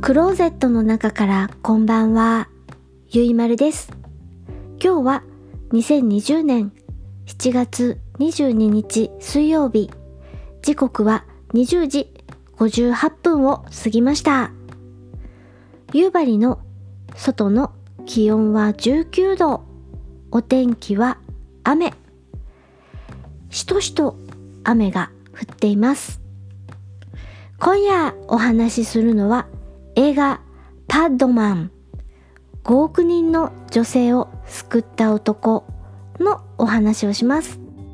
クローゼットの中からこんばんは、ゆいまるです。今日は2020年7月22日水曜日、時刻は20時58分を過ぎました。夕張の外の気温は19度、お天気は雨。しとしと雨が降っています。今夜お話しするのは映画パッドマン、5億人の女性を救った男のお話をします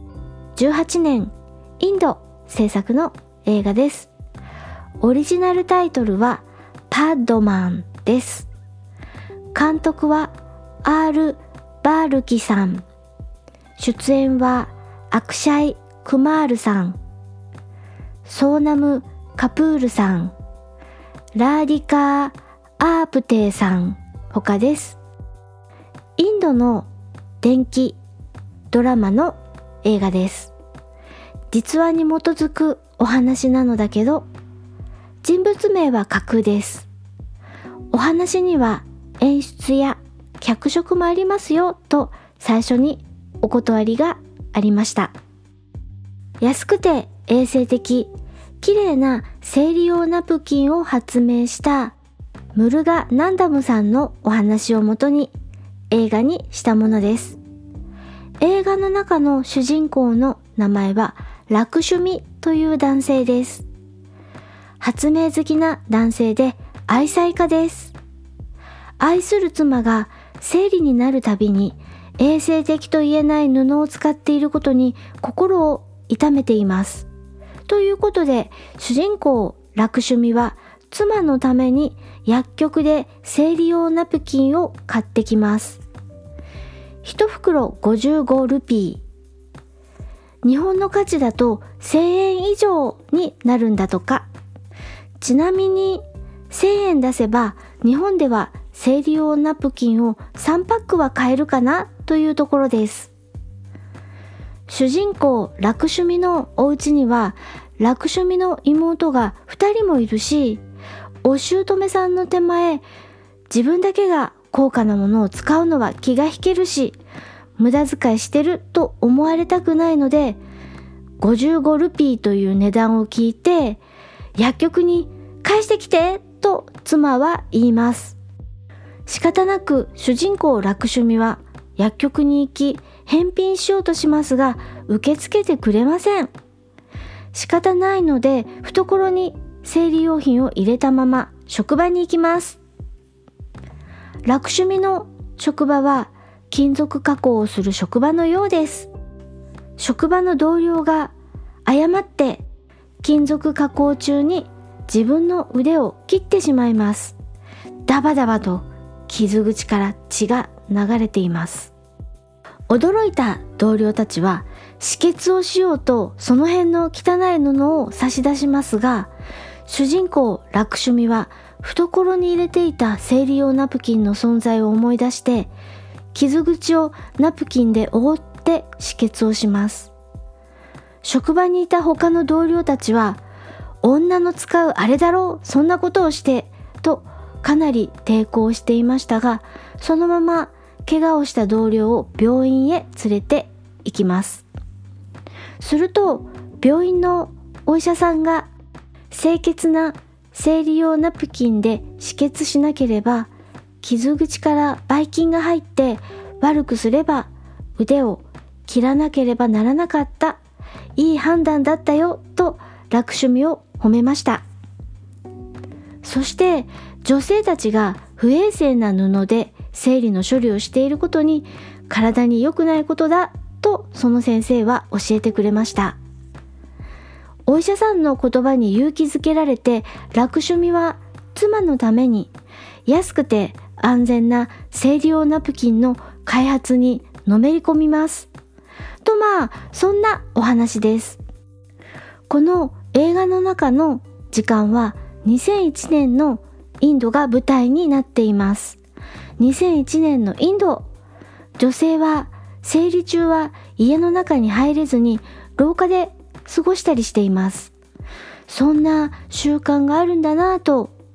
。18年インド制作の映画です。オリジナルタイトルはパッドマンです。監督は R バールキさん。出演はアクシャイ・クマールさん、ソーナム・カプールさん、ラーディカー・アープテーさん他です。インドの伝記ドラマの映画です。実話に基づくお話なのだけど、人物名は架空です。お話には演出や脚色もありますよと最初にお断りがありました。安くて衛生的、綺麗な生理用ナプキンを発明したムルガ・ナンダムさんのお話をもとに映画にしたものです。映画の中の主人公の名前はラクシュミという男性です。発明好きな男性で愛妻家です。愛する妻が生理になるたびに衛生的と言えない布を使っていることに心を痛めています。ということで主人公ラクシュミは妻のために薬局で生理用ナプキンを買ってきます。1袋55ルピー。日本の価値だと1000円以上になるんだとか。ちなみに1000円出せば日本では生理用ナプキンを3パックは買えるかなというところです。主人公ラクシュミのお家にはラクシュミの妹が2人もいるし、お姑さんの手前、自分だけが高価なものを使うのは気が引けるし、無駄遣いしてると思われたくないので、55ルピーという値段を聞いて、薬局に返してきてと妻は言います。仕方なく主人公ラクシュミは薬局に行き返品しようとしますが、受け付けてくれません。仕方ないので懐に生理用品を入れたまま職場に行きます。ラクシュミの職場は金属加工をする職場のようです。職場の同僚が誤って金属加工中に自分の腕を切ってしまいます。ダバダバと傷口から血が流れています。驚いた同僚たちは止血をしようとその辺の汚い布を差し出しますが、主人公ラクシュミは懐に入れていた生理用ナプキンの存在を思い出して傷口をナプキンで覆って止血をします。職場にいた他の同僚たちは、女の使うあれだろう、そんなことをしてとかなり抵抗していましたが、そのまま怪我をした同僚を病院へ連れて行きます。すると病院のお医者さんが、清潔な生理用ナプキンで止血しなければ傷口からばい菌が入って悪くすれば腕を切らなければならなかった、いい判断だったよとラクシュミを褒めました。そして女性たちが不衛生な布で生理の処理をしていることに体に良くないことだとその先生は教えてくれました。お医者さんの言葉に勇気づけられて、ラクシュミは妻のために安くて安全な生理用ナプキンの開発にのめり込みます。とそんなお話です。この映画の中の時間は2001年のインドが舞台になっています。2001年のインド、女性は生理中は家の中に入れずに廊下で過ごしたりしています。そんな習慣があるんだなぁと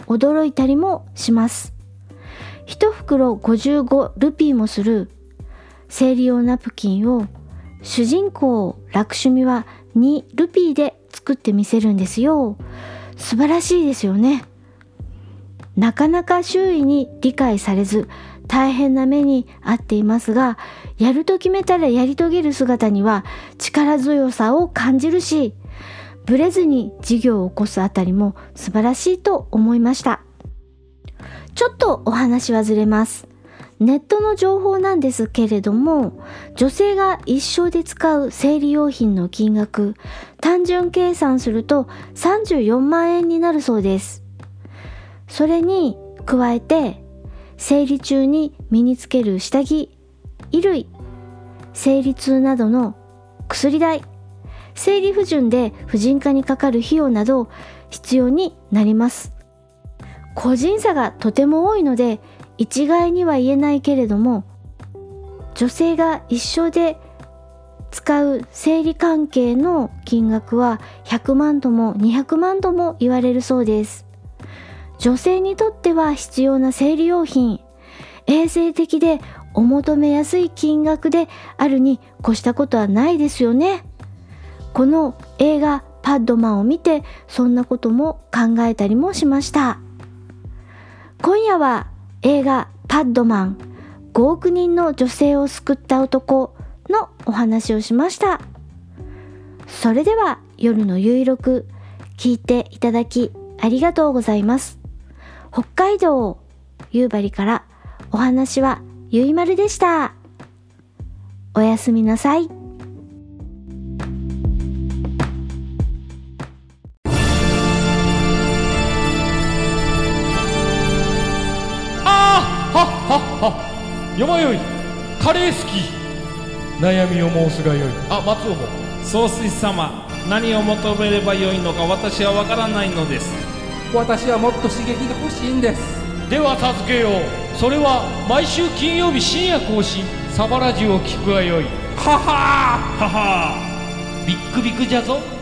驚いたりもします。1袋55ルピーもする生理用ナプキンを主人公ラクシュミは2ルピーで作ってみせるんですよ。素晴らしいですよね。なかなか周囲に理解されず大変な目に遭っていますが、やると決めたらやり遂げる姿には力強さを感じるし、ブレずに事業を起こすあたりも素晴らしいと思いました。ちょっとお話はずれます。ネットの情報なんですけれども、女性が一生で使う生理用品の金額、単純計算すると34万円になるそうです。それに加えて、生理中に身につける下着、衣類、生理痛などの薬代、生理不順で婦人科にかかる費用など必要になります。個人差がとても多いので一概には言えないけれども、女性が一生で使う生理関係の金額は100万とも200万とも言われるそうです。女性にとっては必要な生理用品、衛生的でお求めやすい金額であるに越したことはないですよね。この映画パッドマンを見てそんなことも考えたりもしました。今夜は映画パッドマン、5億人の女性を救った男のお話をしました。それでは夜のゆいろく聞いていただきありがとうございます。北海道夕張からお話はゆいまるでした。おやすみなさい。 よまよい、カレー好き。悩みを申すがよい。松尾も。 総帥様、何を求めればよいのか私はわからないのです。 私はもっと刺激が欲しいんです。 では授けよう。それは毎週金曜日深夜更新、サバラジュを聞くがよい。 ははーははビックビックじゃぞ。